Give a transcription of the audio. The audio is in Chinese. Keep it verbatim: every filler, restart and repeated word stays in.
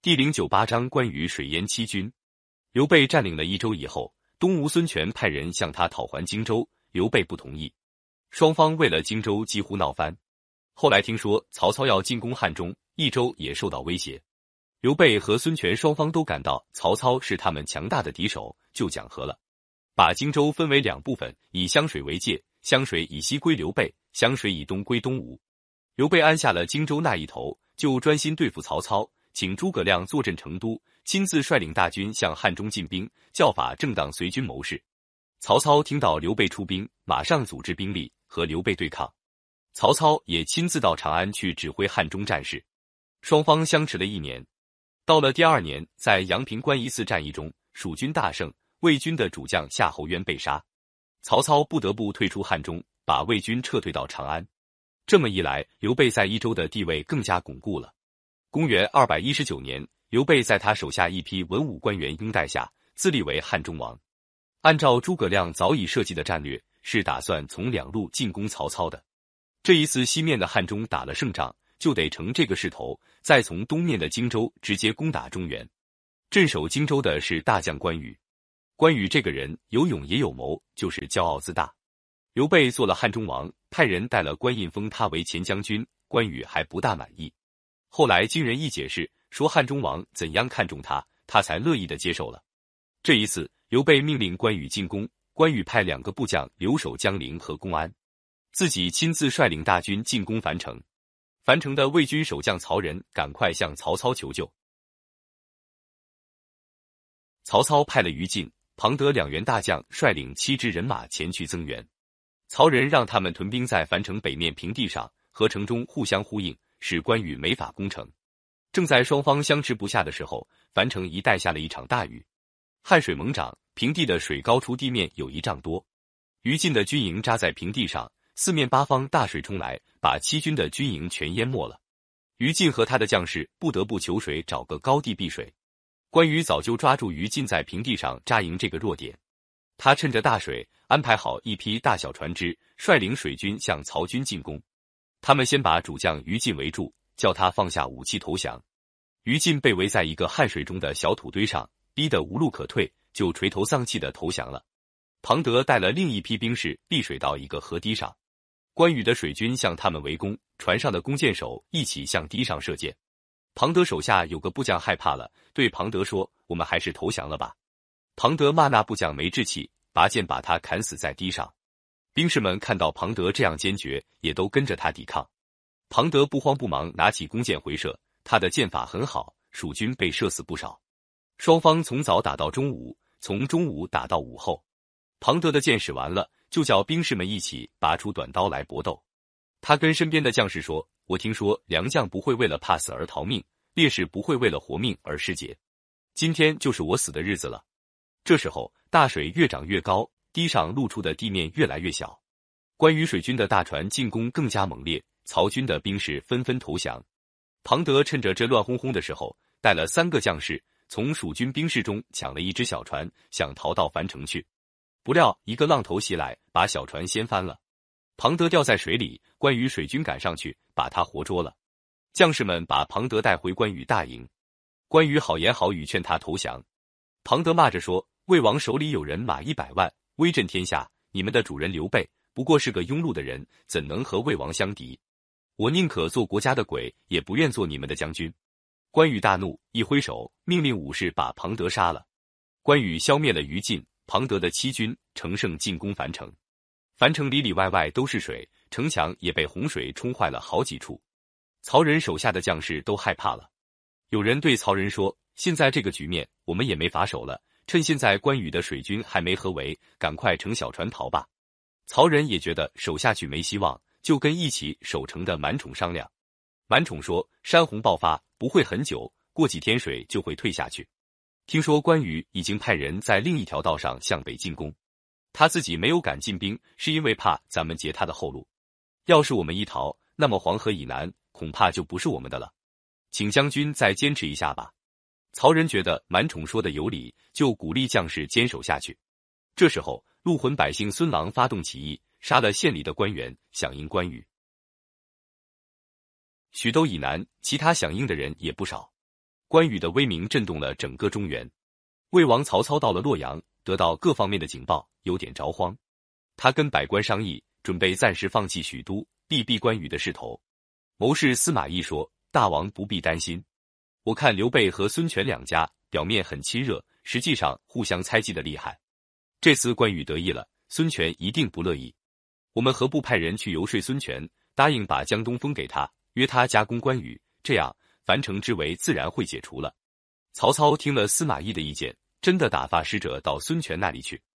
第零九八章关于水淹七军。刘备占领了益州以后，东吴孙权派人向他讨还荆州，刘备不同意。双方为了荆州几乎闹翻。后来听说曹操要进攻汉中，益州也受到威胁。刘备和孙权双方都感到曹操是他们强大的敌手，就讲和了，把荆州分为两部分，以湘水为界，湘水以西归刘备，湘水以东归东吴。刘备安下了荆州那一头，就专心对付曹操，请诸葛亮坐镇成都，亲自率领大军向汉中进兵，教法正当随军谋士。曹操听到刘备出兵，马上组织兵力和刘备对抗。曹操也亲自到长安去指挥汉中战事。双方相持了一年。到了第二年，在阳平关一次战役中，蜀军大胜，魏军的主将夏侯渊被杀，曹操不得不退出汉中，把魏军撤退到长安。这么一来，刘备在益州的地位更加巩固了。公元二百一十九年，刘备在他手下一批文武官员拥戴下，自立为汉中王。按照诸葛亮早已设计的战略，是打算从两路进攻曹操的。这一次西面的汉中打了胜仗，就得乘这个势头，再从东面的荆州直接攻打中原。镇守荆州的是大将关羽。关羽这个人有勇也有谋，就是骄傲自大。刘备做了汉中王，派人带了官印封他为前将军，关羽还不大满意。后来经人一解释，说汉中王怎样看重他，他才乐意的接受了。这一次，刘备命令关羽进攻，关羽派两个部将留守江陵和公安，自己亲自率领大军进攻樊城。樊城的魏军守将曹仁赶快向曹操求救。曹操派了于禁、庞德两员大将率领七支人马前去增援。曹仁让他们屯兵在樊城北面平地上，和城中互相呼应，使关羽没法攻城。正在双方相持不下的时候，樊城一带下了一场大雨，汉水猛涨，平地的水高出地面有一丈多。于禁的军营扎在平地上，四面八方大水冲来，把七军的军营全淹没了。于禁和他的将士不得不求水，找个高地避水。关羽早就抓住于禁在平地上扎营这个弱点，他趁着大水安排好一批大小船只，率领水军向曹军进攻。他们先把主将于禁围住，叫他放下武器投降。于禁被围在一个汉水中的小土堆上，逼得无路可退，就垂头丧气地投降了。庞德带了另一批兵士避水到一个河堤上，关羽的水军向他们围攻，船上的弓箭手一起向堤上射箭。庞德手下有个部将害怕了，对庞德说：“我们还是投降了吧。”庞德骂那部将没志气，拔剑把他砍死在堤上。兵士们看到庞德这样坚决，也都跟着他抵抗。庞德不慌不忙拿起弓箭回射，他的箭法很好，蜀军被射死不少。双方从早打到中午，从中午打到午后。庞德的箭使完了，就叫兵士们一起拔出短刀来搏斗。他跟身边的将士说：“我听说良将不会为了怕死而逃命，烈士不会为了活命而失节。今天就是我死的日子了。”这时候大水越涨越高，堤上露出的地面越来越小。关羽水军的大船进攻更加猛烈，曹军的兵士纷纷投降。庞德趁着这乱哄哄的时候，带了三个将士从蜀军兵士中抢了一只小船，想逃到樊城去。不料一个浪头袭来，把小船掀翻了。庞德掉在水里，关羽水军赶上去，把他活捉了。将士们把庞德带回关羽大营，关羽好言好语劝他投降。庞德骂着说：“魏王手里有人马一百万，威震天下，你们的主人刘备不过是个庸碌的人，怎能和魏王相敌？我宁可做国家的鬼，也不愿做你们的将军。”关羽大怒，一挥手，命令武士把庞德杀了。关羽消灭了于禁、庞德的七军，乘胜进攻樊城。樊城里里外外都是水，城墙也被洪水冲坏了好几处。曹仁手下的将士都害怕了。有人对曹仁说：“现在这个局面，我们也没法守了，趁现在关羽的水军还没合围，赶快乘小船逃吧。”曹仁也觉得守下去没希望，就跟一起守城的满宠商量。满宠说：“山洪爆发不会很久，过几天水就会退下去。听说关羽已经派人在另一条道上向北进攻，他自己没有敢进兵，是因为怕咱们截他的后路。要是我们一逃，那么黄河以南恐怕就不是我们的了，请将军再坚持一下吧。”曹仁觉得满宠说的有理，就鼓励将士坚守下去。这时候陆浑百姓孙郎发动起义，杀了县里的官员，响应关羽。许都以南其他响应的人也不少。 关羽的威名震动了整个中原。魏王曹操到了洛阳，得到各方面的警报，有点着慌。他跟百官商议，准备暂时放弃许都，避避关羽的势头。谋士司马懿说：“大王不必担心，我看刘备和孙权两家表面很亲热，实际上互相猜忌的厉害。这次关羽得意了，孙权一定不乐意。我们何不派人去游说孙权，答应把江东封给他，约他加攻关羽，这样樊城之围自然会解除了。”曹操听了司马懿的意见，真的打发使者到孙权那里去。